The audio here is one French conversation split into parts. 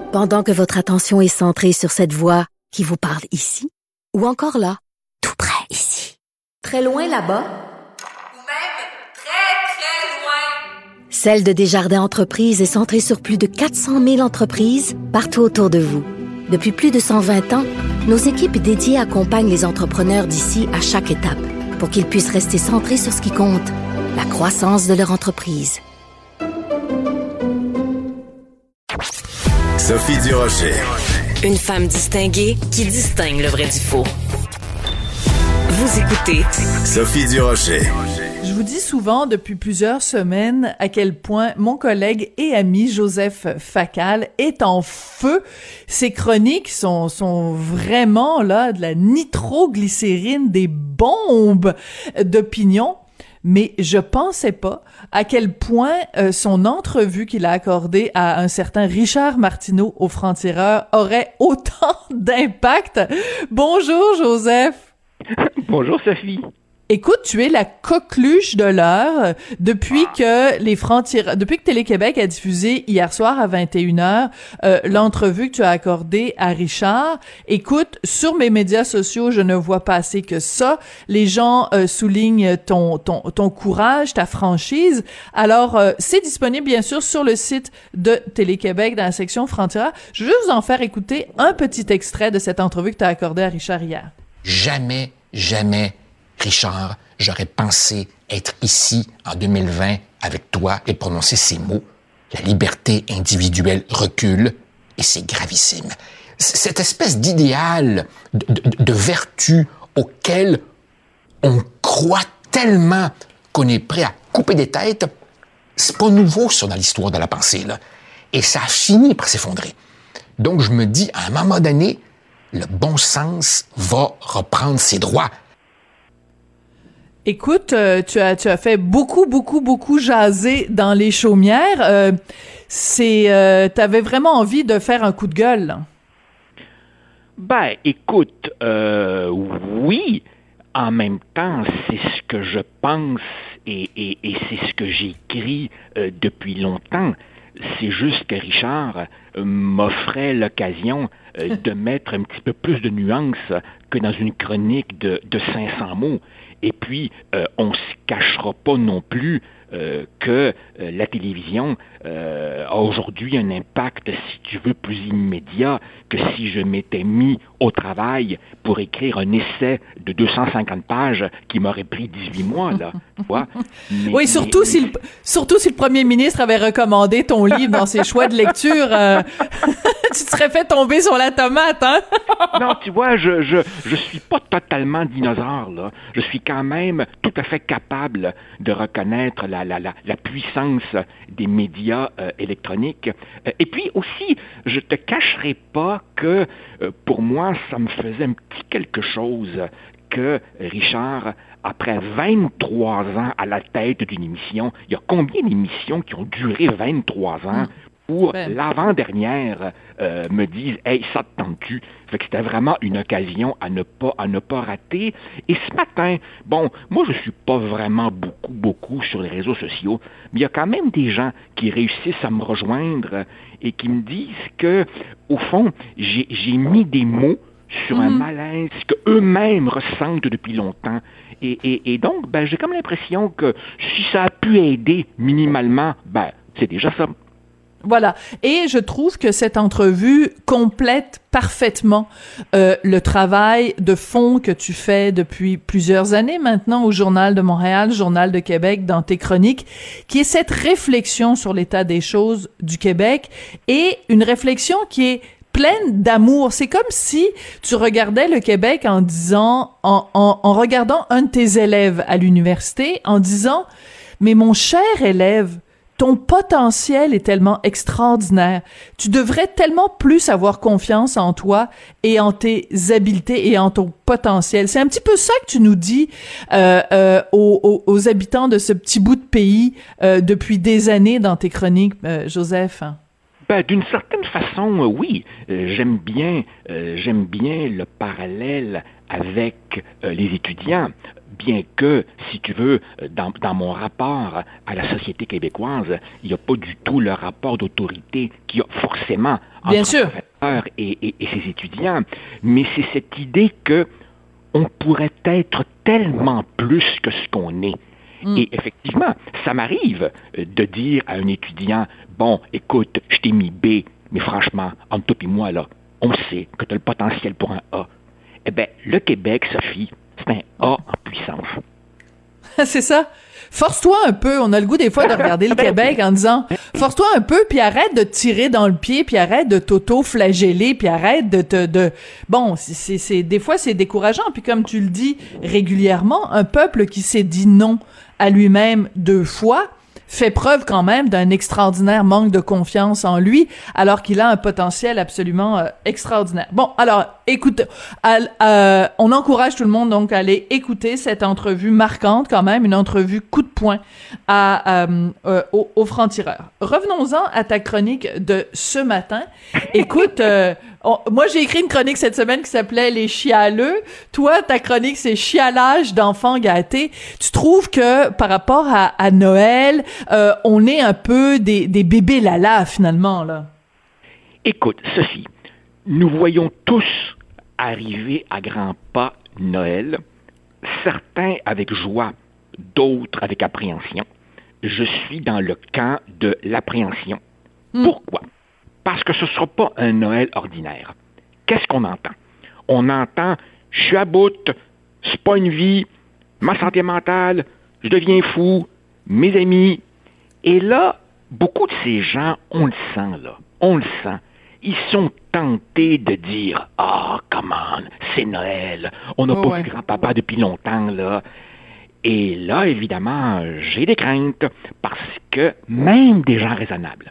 Pendant que votre attention est centrée sur cette voix qui vous parle ici, ou encore là, tout près ici, très loin là-bas, ou même très, très loin. Celle de Desjardins Entreprises est centrée sur plus de 400 000 entreprises partout autour de vous. Depuis plus de 120 ans, nos équipes dédiées accompagnent les entrepreneurs d'ici à chaque étape pour qu'ils puissent rester centrés sur ce qui compte, la croissance de leur entreprise. Sophie Durocher. Une femme distinguée qui distingue le vrai du faux. Vous écoutez Sophie Durocher. Je vous dis souvent depuis plusieurs semaines à quel point mon collègue et ami Joseph Facal est en feu. Ses chroniques sont vraiment là de la nitroglycérine, des bombes d'opinion. Mais je pensais pas à quel point son entrevue qu'il a accordée à un certain Richard Martineau au Franc-Tireur aurait autant d'impact. Bonjour Joseph. Bonjour Sophie. Écoute, tu es la coqueluche de l'heure depuis que Télé-Québec a diffusé hier soir à 21h l'entrevue que tu as accordée à Richard. Écoute, sur mes médias sociaux, je ne vois pas assez que ça. Les gens soulignent ton courage, ta franchise. Alors, c'est disponible bien sûr sur le site de Télé-Québec dans la section Franc-Tireur. Je veux juste vous en faire écouter un petit extrait de cette entrevue que tu as accordée à Richard hier. Jamais, Richard, j'aurais pensé être ici en 2020 avec toi et prononcer ces mots. La liberté individuelle recule et c'est gravissime. Cette espèce d'idéal de vertu auquel on croit tellement qu'on est prêt à couper des têtes, c'est pas nouveau ça dans l'histoire de la pensée, là. Et ça a fini par s'effondrer. Donc je me dis, à un moment donné, le bon sens va reprendre ses droits. Écoute, tu as fait beaucoup jaser dans les chaumières. T'avais vraiment envie de faire un coup de gueule, là. Ben, écoute, oui. En même temps, c'est ce que je pense et c'est ce que j'écris depuis longtemps. C'est juste que Richard m'offrait l'occasion de mettre un petit peu plus de nuances que dans une chronique de 500 mots. Et puis, on ne se cachera pas non plus que la télévision a aujourd'hui un impact, si tu veux, plus immédiat que si je m'étais mis au travail pour écrire un essai de 250 pages qui m'aurait pris 18 mois, là. Tu vois? Oui, surtout si le premier ministre avait recommandé ton livre dans ses choix de lecture, tu te serais fait tomber sur la tomate, hein? Non, tu vois, je suis pas totalement dinosaure, là. Je suis quand même tout à fait capable de reconnaître la puissance des médias électroniques. Et puis aussi, je te cacherai pas que pour moi, ça me faisait un petit quelque chose que Richard, après 23 ans à la tête d'une émission, il y a combien d'émissions qui ont duré 23 ans pour l'avant-dernière me disent « Hey, ça te tente-tu? » Fait que c'était vraiment une occasion à ne pas rater. Et ce matin, bon, moi je suis pas vraiment beaucoup sur les réseaux sociaux, mais il y a quand même des gens qui réussissent à me rejoindre et qui me disent que, au fond, j'ai mis des mots sur un malaise qu'eux-mêmes ressentent depuis longtemps. Et donc, ben, j'ai comme l'impression que si ça a pu aider minimalement, ben, c'est déjà ça. Voilà. Et je trouve que cette entrevue complète parfaitement le travail de fond que tu fais depuis plusieurs années maintenant au Journal de Montréal, Journal de Québec, dans tes chroniques, qui est cette réflexion sur l'état des choses du Québec et une réflexion qui est pleine d'amour. C'est comme si tu regardais le Québec en disant, en regardant un de tes élèves à l'université, en disant, mais mon cher élève, ton potentiel est tellement extraordinaire. Tu devrais tellement plus avoir confiance en toi et en tes habiletés et en ton potentiel. C'est un petit peu ça que tu nous dis aux habitants de ce petit bout de pays depuis des années dans tes chroniques, Joseph. Ben, d'une certaine façon, oui. J'aime bien le parallèle avec les étudiants. bien que, si tu veux, dans mon rapport à la société québécoise, il n'y a pas du tout le rapport d'autorité qu'il y a forcément Bien entre sûr. le professeur et ses étudiants, mais c'est cette idée que on pourrait être tellement plus que ce qu'on est. Et effectivement, ça m'arrive de dire à un étudiant, bon, écoute, je t'ai mis B, mais franchement, entre toi et moi, là, on sait que tu as le potentiel pour un A. Eh bien, le Québec, Sophie, c'est un A en puissance. C'est ça. Force-toi un peu. On a le goût des fois de regarder le Québec en disant force-toi un peu, puis arrête de te tirer dans le pied, puis arrête de t'auto-flageller, puis arrête de... Bon, des fois, c'est décourageant. Puis comme tu le dis régulièrement, un peuple qui s'est dit non à lui-même 2 fois fait preuve quand même d'un extraordinaire manque de confiance en lui, alors qu'il a un potentiel absolument extraordinaire. Bon, alors, écoute, on encourage tout le monde donc à aller écouter cette entrevue marquante quand même, une entrevue coup de poing au franc-tireur. Revenons-en à ta chronique de ce matin. Écoute, moi j'ai écrit une chronique cette semaine qui s'appelait Les chialeux. Toi, ta chronique c'est Chialage d'enfants gâtés. Tu trouves que par rapport à Noël, on est un peu des bébés lala finalement là? Écoute, Sophie, nous voyons tous arriver à grands pas Noël, certains avec joie, d'autres avec appréhension. Je suis dans le camp de l'appréhension. Pourquoi? Parce que ce ne sera pas un Noël ordinaire. Qu'est-ce qu'on entend? On entend « je suis à bout, c'est pas une vie, ma santé mentale, je deviens fou, mes amis ». Et là, beaucoup de ces gens, on le sent là, on le sent. Ils sont tentés de dire « Ah, come on, c'est Noël, on n'a pas vu grand-papa depuis longtemps, là ». Et là, évidemment, j'ai des craintes, parce que même des gens raisonnables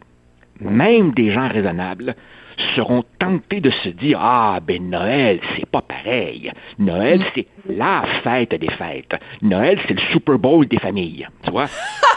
seront tentés de se dire « Ah, ben Noël, c'est pas pareil. Noël, c'est la fête des fêtes. Noël, c'est le Super Bowl des familles. » Tu vois?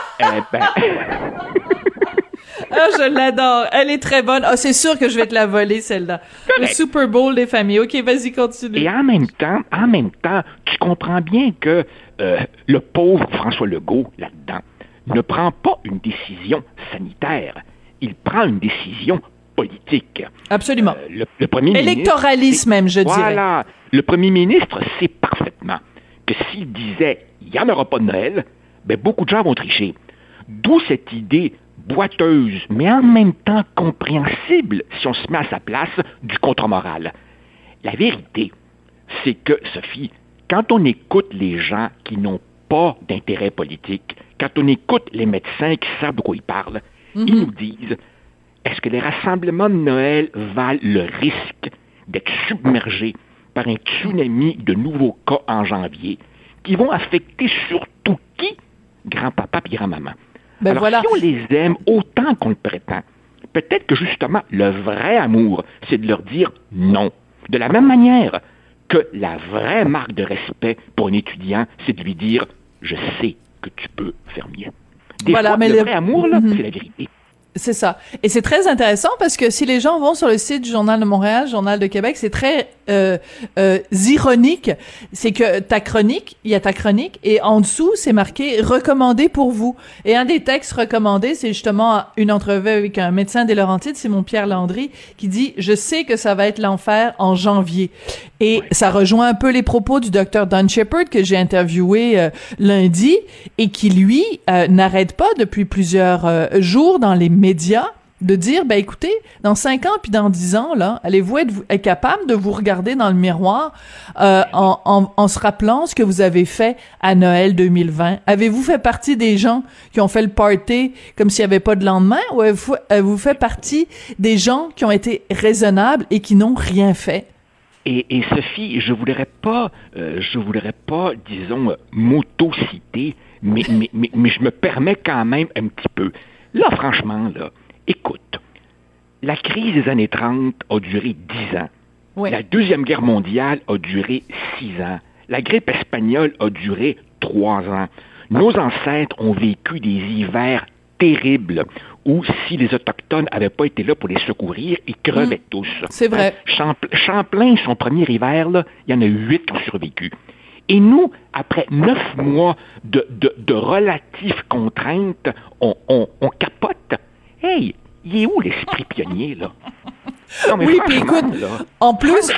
Ah, je l'adore. Elle est très bonne. Ah, c'est sûr que je vais te la voler, celle-là. Le Super Bowl des familles. OK, vas-y, continue. Et en même temps, tu comprends bien que le pauvre François Legault, là-dedans, ne prend pas une décision sanitaire. Il prend une décision politique. Absolument. Le premier électoralisme même, je dirais. Voilà. Le premier ministre sait parfaitement que s'il disait « il n'y en aura pas de Noël », ben beaucoup de gens vont tricher. D'où cette idée boiteuse, mais en même temps compréhensible, si on se met à sa place, du contre-moral. La vérité, c'est que, Sophie, quand on écoute les gens qui n'ont pas d'intérêt politique, quand on écoute les médecins qui savent de quoi ils parlent, ils nous disent, est-ce que les rassemblements de Noël valent le risque d'être submergés par un tsunami de nouveaux cas en janvier qui vont affecter surtout qui? Grand-papa et grand-maman. Ben alors, voilà. si on les aime autant qu'on le prétend, peut-être que justement, le vrai amour, c'est de leur dire non. De la même manière que la vraie marque de respect pour un étudiant, c'est de lui dire « je sais que tu peux faire mieux ». Des fois, le vrai amour, là, c'est la vérité. C'est ça. Et c'est très intéressant parce que si les gens vont sur le site du Journal de Montréal, Journal de Québec, c'est très ironique. C'est que il y a ta chronique et en dessous, c'est marqué « recommandé pour vous ». Et un des textes recommandés, c'est justement une entrevue avec un médecin des Laurentides, Simon-Pierre Landry, qui dit « je sais que ça va être l'enfer en janvier ». Et ça rejoint un peu les propos du docteur Don Shepard que j'ai interviewé lundi et qui, lui, n'arrête pas depuis plusieurs jours dans les médias de dire, ben écoutez, dans 5 ans puis dans 10 ans, là, allez-vous être capable de vous regarder dans le miroir en se rappelant ce que vous avez fait à Noël 2020? Avez-vous fait partie des gens qui ont fait le party comme s'il n'y avait pas de lendemain ou avez-vous fait partie des gens qui ont été raisonnables et qui n'ont rien fait? Et Sophie, je voudrais pas, disons, m'auto-citer, mais je me permets quand même un petit peu. Là, franchement, là, écoute, la crise des années 30 a duré 10 ans. Oui. La Deuxième Guerre mondiale a duré 6 ans. La grippe espagnole a duré 3 ans. Nos ancêtres ont vécu des hivers terribles où, si les Autochtones n'avaient pas été là pour les secourir, ils crevaient tous. C'est vrai. Champlain, son premier hiver, là, il y en a 8 qui ont survécu. Et nous, après 9 mois de relatives contraintes, on capote. Hey, il est où l'esprit pionnier, là? Non, mais oui, puis écoute, en plus,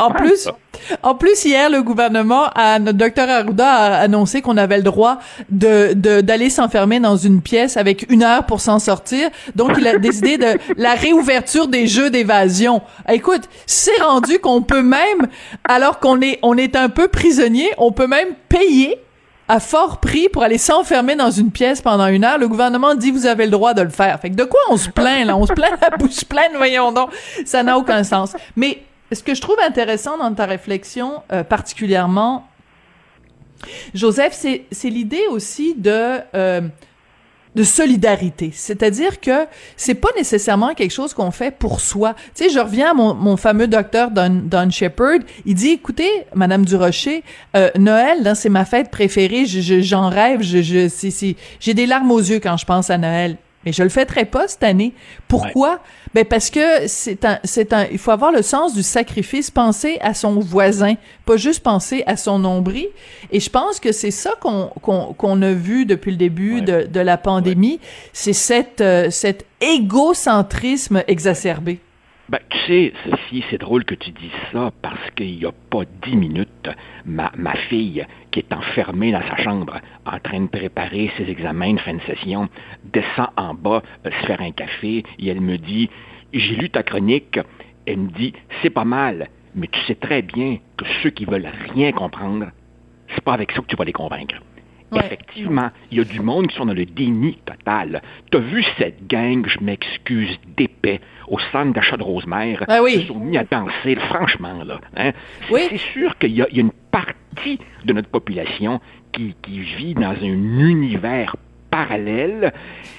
hier, le gouvernement, notre docteur Arruda a annoncé qu'on avait le droit d'aller s'enfermer dans une pièce avec 1 heure pour s'en sortir. Donc, il a décidé de la réouverture des jeux d'évasion. Écoute, c'est rendu qu'on peut même, alors qu'on est un peu prisonnier, on peut même payer à fort prix pour aller s'enfermer dans une pièce pendant 1 heure. Le gouvernement dit vous avez le droit de le faire. Fait que de quoi on se plaint, là? On se plaint la bouche pleine, voyons donc. Ça n'a aucun sens. Mais ce que je trouve intéressant dans ta réflexion, particulièrement, Joseph, c'est l'idée aussi de solidarité. C'est-à-dire que c'est pas nécessairement quelque chose qu'on fait pour soi. Tu sais, je reviens à mon fameux docteur Don Shepard. Il dit, écoutez, Madame Durocher, Noël, là, c'est ma fête préférée. J'en rêve. J'ai des larmes aux yeux quand je pense à Noël. Mais je le fêterai pas cette année. Pourquoi? Ouais. Ben parce que il faut avoir le sens du sacrifice, penser à son voisin, pas juste penser à son nombril. Et je pense que c'est ça qu'on a vu depuis le début de la pandémie, c'est cet égocentrisme exacerbé. Ben, tu sais, Sophie, c'est drôle que tu dises ça parce qu'il n'y a pas 10 minutes, ma fille, qui est enfermée dans sa chambre, en train de préparer ses examens de fin de session, descend en bas se faire un café et elle me dit « J'ai lu ta chronique ». Elle me dit « C'est pas mal, mais tu sais très bien que ceux qui veulent rien comprendre, c'est pas avec ça que tu vas les convaincre. » Ouais. Effectivement, il y a du monde qui sont dans le déni total. T'as vu cette gang, je m'excuse, d'épais, au centre d'achat de Rosemère, qui se sont mis à danser, franchement, là. Hein? C'est sûr qu'il y a une partie de notre population qui vit dans un univers parallèle,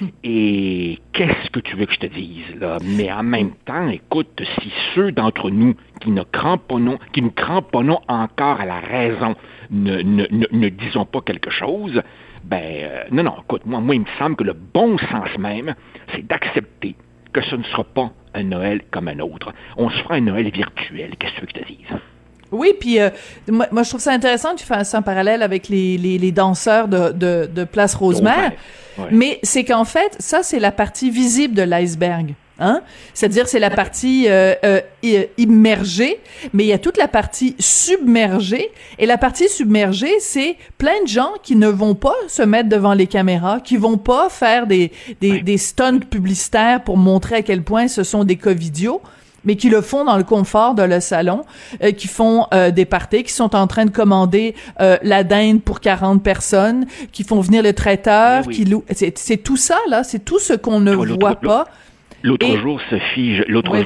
et qu'est-ce que tu veux que je te dise, là? Mais en même temps, écoute, si ceux d'entre nous qui nous cramponnons encore à la raison ne disons pas quelque chose, non, écoute, moi, il me semble que le bon sens même, c'est d'accepter que ce ne sera pas un Noël comme un autre. On se fera un Noël virtuel, qu'est-ce que tu veux que je te dise? Oui, puis moi, je trouve ça intéressant que tu fasses ça en parallèle avec les danseurs de Place Rosemère, mais c'est qu'en fait, ça, c'est la partie visible de l'iceberg. Hein? C'est-à-dire, c'est la partie immergée, mais il y a toute la partie submergée, et la partie submergée, c'est plein de gens qui ne vont pas se mettre devant les caméras, qui vont pas faire des stunts publicitaires pour montrer à quel point ce sont des covidios, mais qui le font dans le confort de leur salon, qui font des parties, qui sont en train de commander la dinde pour 40 personnes, qui font venir le traiteur, qui loue. C'est tout ça, là, c'est tout ce qu'on ne voit pas. L'autre jour, Sophie,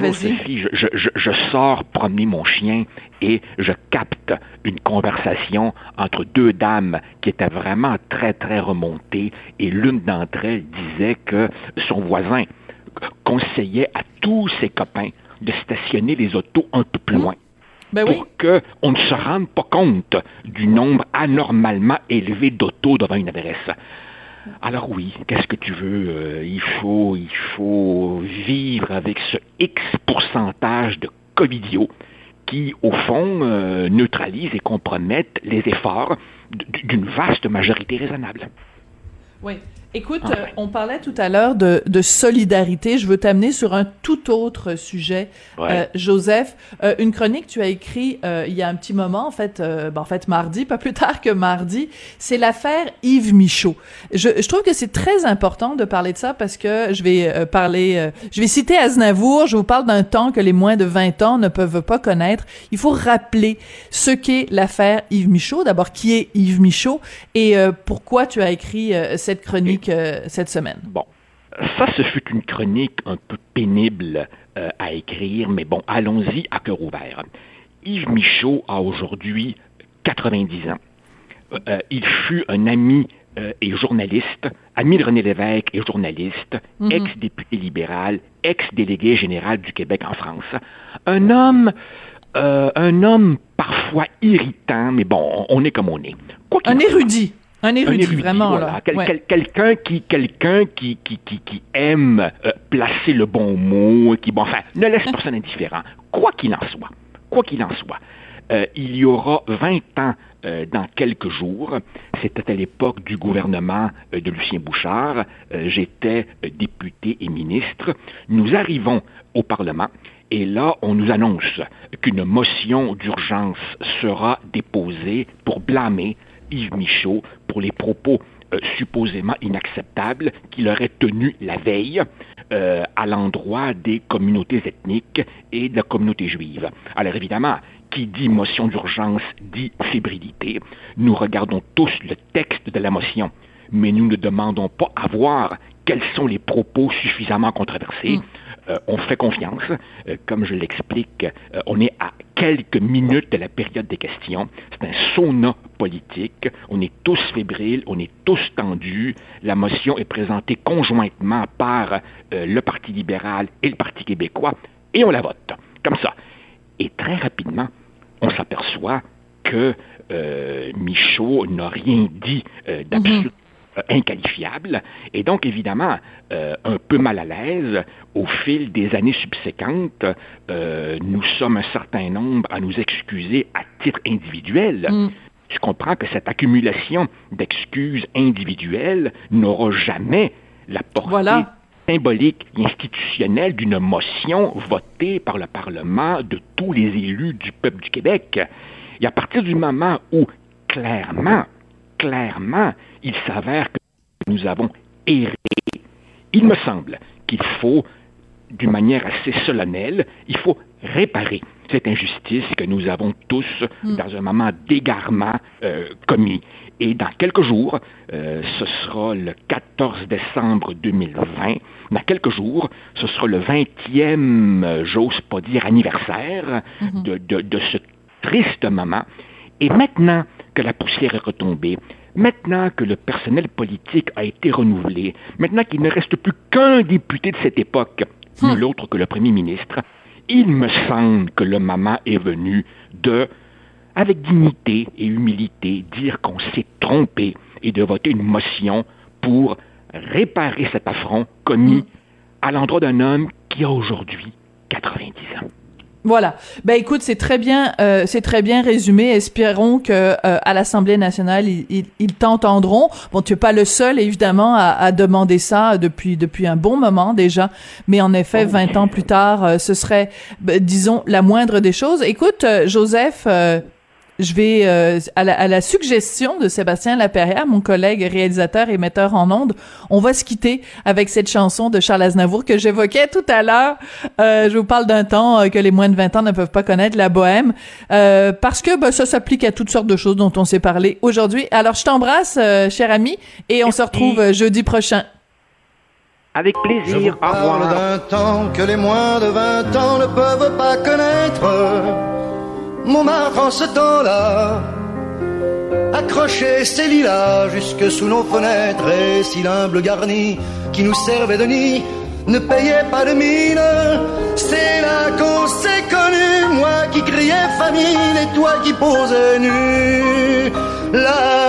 je sors promener mon chien et je capte une conversation entre 2 dames qui étaient vraiment très, très remontées, et l'une d'entre elles disait que son voisin conseillait à tous ses copains de stationner les autos un peu plus loin. Pour qu'on ne se rende pas compte du nombre anormalement élevé d'autos devant une adresse. Alors oui, qu'est-ce que tu veux? Il faut vivre avec ce X pourcentage de covidios qui, au fond, neutralisent et compromettent les efforts d'une vaste majorité raisonnable. Oui. Écoute, on parlait tout à l'heure de solidarité. Je veux t'amener sur un tout autre sujet, Joseph. Une chronique que tu as écrite il y a un petit moment, en fait mardi, pas plus tard que mardi, c'est l'affaire Yves Michaud. Je trouve que c'est très important de parler de ça parce que je vais citer Aznavour. Je vous parle d'un temps que les moins de 20 ans ne peuvent pas connaître. Il faut rappeler ce qu'est l'affaire Yves Michaud. D'abord, qui est Yves Michaud et pourquoi tu as écrit cette chronique cette semaine. Bon, ça, ce fut une chronique un peu pénible à écrire, mais bon, allons-y à cœur ouvert. Yves Michaud a aujourd'hui 90 ans. Il fut un ami et journaliste, ami de René Lévesque et journaliste, ex-député libéral, ex-délégué général du Québec en France. Un homme parfois irritant, mais bon, on est comme on est. Un érudit. Un érudit, vraiment, voilà. Là. Quelqu'un qui aime placer le bon mot, ne laisse personne indifférent, quoi qu'il en soit. il y aura 20 ans dans quelques jours. C'était à l'époque du gouvernement de Lucien Bouchard. J'étais député et ministre. Nous arrivons au Parlement et là, on nous annonce qu'une motion d'urgence sera déposée pour blâmer Yves Michaud pour les propos supposément inacceptables qu'il aurait tenus la veille à l'endroit des communautés ethniques et de la communauté juive. Alors évidemment, qui dit motion d'urgence dit fébrilité. Nous regardons tous le texte de la motion, mais nous ne demandons pas à voir quels sont les propos suffisamment controversés. On fait confiance. Comme je l'explique, on est à quelques minutes de la période des questions. C'est un sauna politique. On est tous fébriles, on est tous tendus. La motion est présentée conjointement par le Parti libéral et le Parti québécois, et on la vote. Comme ça. Et très rapidement, on s'aperçoit que Michaud n'a rien dit d'absolu inqualifiable, et donc évidemment un peu mal à l'aise. Au fil des années subséquentes, nous sommes un certain nombre à nous excuser à titre individuel. Je comprends que cette accumulation d'excuses individuelles n'aura jamais la portée symbolique et institutionnelle d'une motion votée par le Parlement de tous les élus du peuple du Québec. Et à partir du moment où, clairement, il s'avère que nous avons erré, il me semble qu'il faut, d'une manière assez solennelle, il faut réparer cette injustice que nous avons tous, dans un moment d'égarement, commis. Et dans quelques jours, ce sera le 14 décembre 2020, dans quelques jours, ce sera le 20e, j'ose pas dire anniversaire, de ce triste moment. Et maintenant que la poussière est retombée, maintenant que le personnel politique a été renouvelé, maintenant qu'il ne reste plus qu'un député de cette époque, nul autre que le premier ministre, il me semble que le moment est venu de, avec dignité et humilité, dire qu'on s'est trompé et de voter une motion pour réparer cet affront commis à l'endroit d'un homme qui a aujourd'hui 90 ans. Voilà. Ben écoute, c'est très bien résumé. Espérons que à l'Assemblée nationale ils t'entendront. Bon, tu es pas le seul évidemment à demander ça depuis un bon moment déjà, mais en effet 20 ans plus tard, ce serait disons la moindre des choses. Écoute, Joseph, je vais à la suggestion de Sébastien Laperrière, mon collègue réalisateur et metteur en ondes, on va se quitter avec cette chanson de Charles Aznavour que j'évoquais tout à l'heure. Je vous parle d'un temps que les moins de 20 ans ne peuvent pas connaître, la bohème, parce que ça s'applique à toutes sortes de choses dont on s'est parlé aujourd'hui. Alors je t'embrasse, cher ami, et on se retrouve jeudi prochain. Avec plaisir. Je vous parle d'un temps que les moins de 20 ans ne peuvent pas connaître. Montmartre en ce temps-là accrochait ses lilas jusque sous nos fenêtres, et si l'humble garni qui nous servait de nid ne payait pas de mine, c'est là qu'on s'est connus, moi qui criais famine et toi qui posais nu. La